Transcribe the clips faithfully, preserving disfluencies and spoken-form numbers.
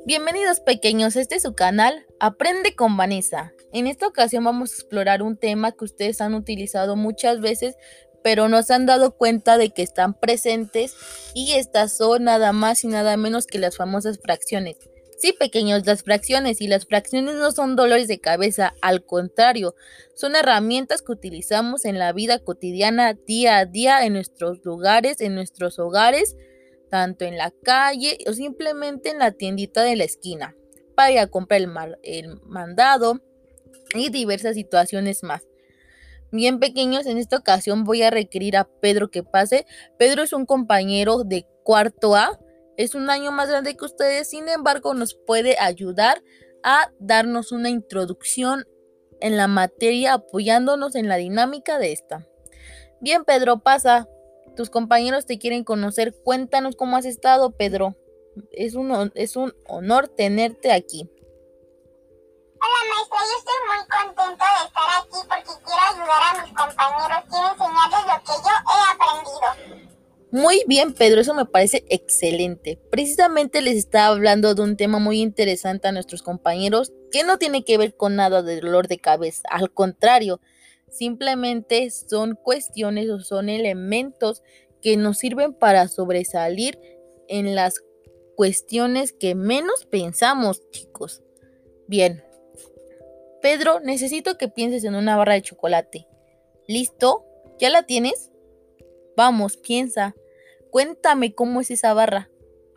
Bienvenidos pequeños, este es su canal Aprende con Vanessa. En esta ocasión vamos a explorar un tema que ustedes han utilizado muchas veces, pero no se han dado cuenta de que están presentes, y estas son nada más y nada menos que las famosas fracciones. Sí, pequeños, las fracciones, y las fracciones no son dolores de cabeza, al contrario, son herramientas que utilizamos en la vida cotidiana, día a día, en nuestros lugares, en nuestros hogares, tanto en la calle o simplemente en la tiendita de la esquina, para ir a comprar el, mal, el mandado y diversas situaciones más. Bien pequeños, en esta ocasión voy a requerir a Pedro que pase. Pedro es un compañero de cuarto A, es un año más grande que ustedes, sin embargo nos puede ayudar a darnos una introducción en la materia, apoyándonos en la dinámica de esta. Bien Pedro, pasa. Tus compañeros te quieren conocer. Cuéntanos cómo has estado, Pedro. Es un, es un honor tenerte aquí. Hola maestra, yo estoy muy contento de estar aquí porque quiero ayudar a mis compañeros, quiero enseñarles lo que yo he aprendido. Muy bien, Pedro, eso me parece excelente. Precisamente les estaba hablando de un tema muy interesante a nuestros compañeros que no tiene que ver con nada de dolor de cabeza, al contrario, simplemente son cuestiones o son elementos que nos sirven para sobresalir en las cuestiones que menos pensamos, chicos. Bien, Pedro, necesito que pienses en una barra de chocolate. ¿Listo? ¿Ya la tienes? Vamos, piensa. Cuéntame cómo es esa barra.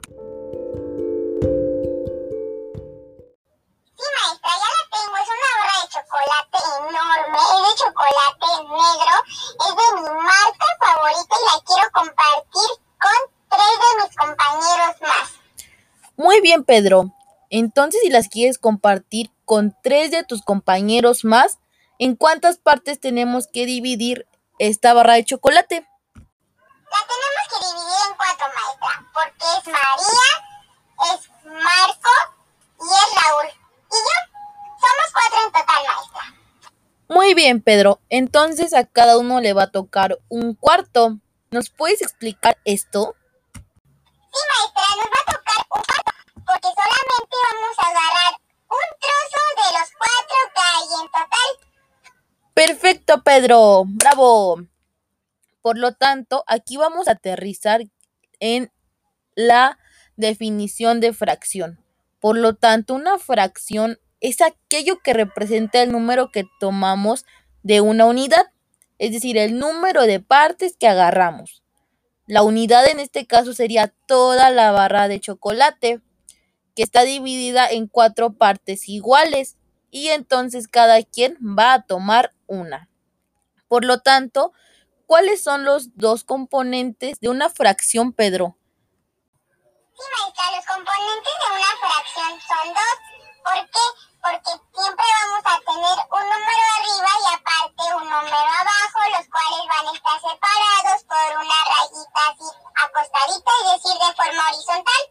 Sí maestra, ya la tengo, es una barra de chocolate enorme, es de chocolate negro, es de mi marca favorita y la quiero compartir con tres de mis compañeros más. Muy bien, Pedro. Entonces, si las quieres compartir con tres de tus compañeros más, ¿en cuántas partes tenemos que dividir esta barra de chocolate? La tenemos que dividir en cuatro, maestra, porque es María, es Marco y es Raúl. Y yo, somos cuatro en total, maestra. Muy bien, Pedro. Entonces a cada uno le va a tocar un cuarto. ¿Nos puedes explicar esto? Sí, maestra, nos va a tocar un cuarto, porque solamente vamos a agarrar un trozo de los cuatro que hay en total. Perfecto, Pedro. Bravo. Por lo tanto, aquí vamos a aterrizar en la definición de fracción. Por lo tanto, una fracción es aquello que representa el número que tomamos de una unidad, es decir, el número de partes que agarramos. La unidad en este caso sería toda la barra de chocolate, que está dividida en cuatro partes iguales, y entonces cada quien va a tomar una. Por lo tanto, ¿cuáles son los dos componentes de una fracción, Pedro? Sí, maestra, los componentes de una fracción son dos. ¿Por qué? Porque siempre vamos a tener un número arriba y aparte un número abajo, los cuales van a estar separados por una rayita así acostadita, es decir, de forma horizontal.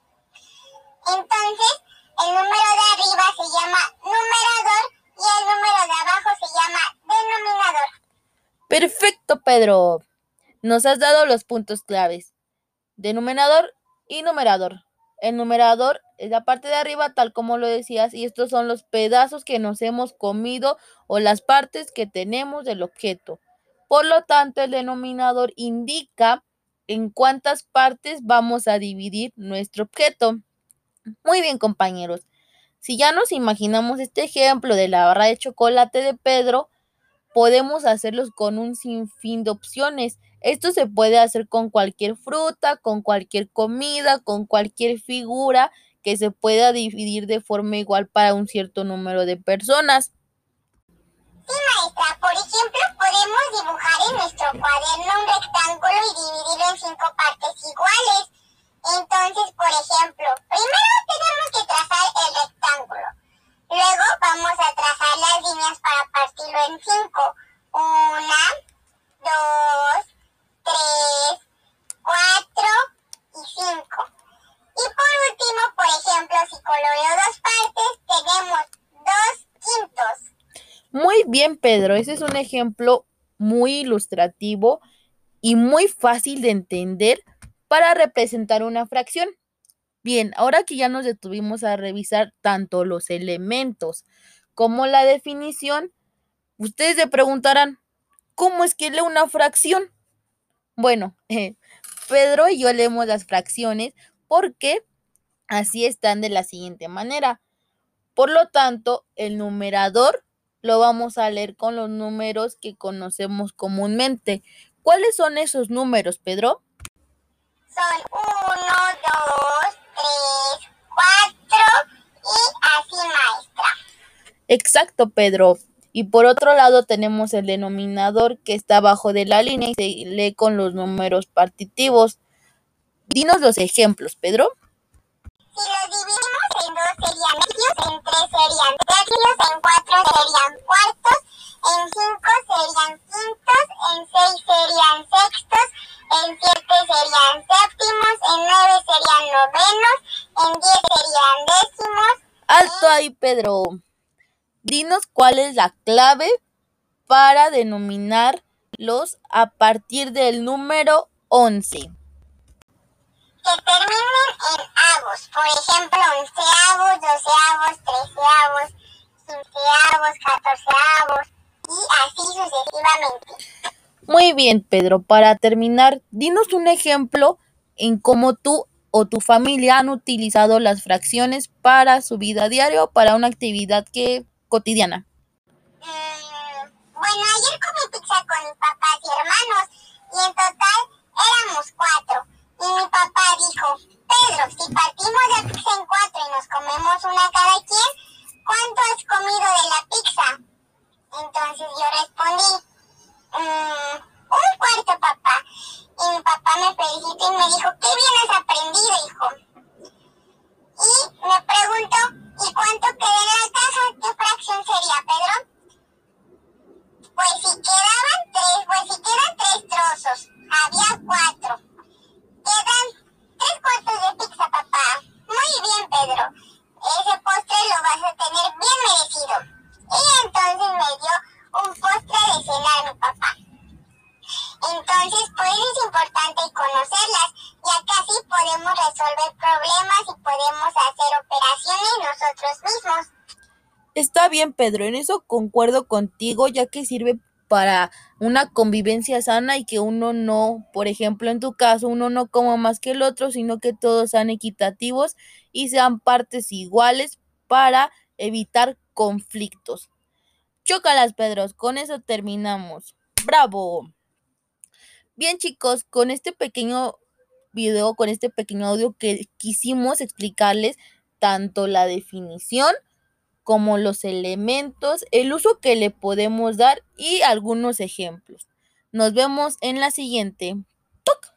Entonces, el número de arriba se llama numerador y el número de abajo se llama denominador. Perfecto, Pedro. Nos has dado los puntos claves. Denominador y numerador. El numerador es la parte de arriba, tal como lo decías, y estos son los pedazos que nos hemos comido o las partes que tenemos del objeto. Por lo tanto, el denominador indica en cuántas partes vamos a dividir nuestro objeto. Muy bien, compañeros. Si ya nos imaginamos este ejemplo de la barra de chocolate de Pedro, podemos hacerlos con un sinfín de opciones. Esto se puede hacer con cualquier fruta, con cualquier comida, con cualquier figura que se pueda dividir de forma igual para un cierto número de personas. Sí, maestra, por ejemplo, podemos dibujar en nuestro cuaderno un rectángulo y dividirlo en cinco partes iguales. Entonces, por ejemplo, primero tenemos que trazar el rectángulo. Luego vamos a trazar las líneas para partirlo en cinco. Una, dos, tres, cuatro y cinco. Y por último, por ejemplo, si coloreo dos partes, tenemos dos quintos. Muy bien, Pedro. Ese es un ejemplo muy ilustrativo y muy fácil de entender para representar una fracción. Bien, ahora que ya nos detuvimos a revisar tanto los elementos como la definición, ustedes se preguntarán, ¿cómo es que lee una fracción? Bueno, eh, Pedro y yo leemos las fracciones porque así están de la siguiente manera. Por lo tanto, el numerador lo vamos a leer con los números que conocemos comúnmente. ¿Cuáles son esos números, Pedro? Son uno, dos, tres, cuatro y así, maestra. Exacto, Pedro. Y por otro lado tenemos el denominador que está abajo de la línea y se lee con los números partitivos. Dinos los ejemplos, Pedro. Si los dividimos en dos serían medios, en tres serían tercios, en cuatro serían cuartos, en cinco serían quintos, en seis serían sextos, en siete serían séptimos, en nueve serían novenos, en diez serían décimos. Alto ahí, Pedro. Dinos cuál es la clave para denominarlos a partir del número once. Que terminen en avos, por ejemplo, onceavos, doceavos, treceavos, quinceavos, catorceavos y así sucesivamente. Muy bien, Pedro. Para terminar, dinos un ejemplo en cómo tú o tu familia han utilizado las fracciones para su vida diaria o para una actividad que cotidiana. Mm, bueno, ayer comí pizza con mis papás y hermanos y en total éramos cuatro. Y mi papá dijo, Pedro, si partimos la pizza en cuatro y nos comemos una cada quien, ¿cuánto has comido de la pizza? Entonces yo respondí, mmm, un cuarto, papá. Y mi papá me felicitó y me dijo, qué bien has aprendido, hijo. Y me preguntó, ¿y cuánto queda en la caja? ¿Qué fracción sería, Pedro? Pues si quedaban tres, pues si quedan tres trozos, había cuatro. Quedan tres cuartos de pizza, papá. Muy bien, Pedro. Ese postre lo vas a tener bien merecido. Y entonces me dio un postre de cenar mi papá. Entonces, por eso es importante conocerlas, ya que así podemos resolver problemas y podemos hacer operaciones nosotros mismos. Está bien, Pedro, en eso concuerdo contigo, ya que sirve para una convivencia sana y que uno no, por ejemplo, en tu caso, uno no coma más que el otro, sino que todos sean equitativos y sean partes iguales para evitar conflictos. Chócalas, Pedro, con eso terminamos. ¡Bravo! Bien, chicos, con este pequeño video, con este pequeño audio que quisimos explicarles tanto la definición como los elementos, el uso que le podemos dar y algunos ejemplos. Nos vemos en la siguiente. ¡Toc!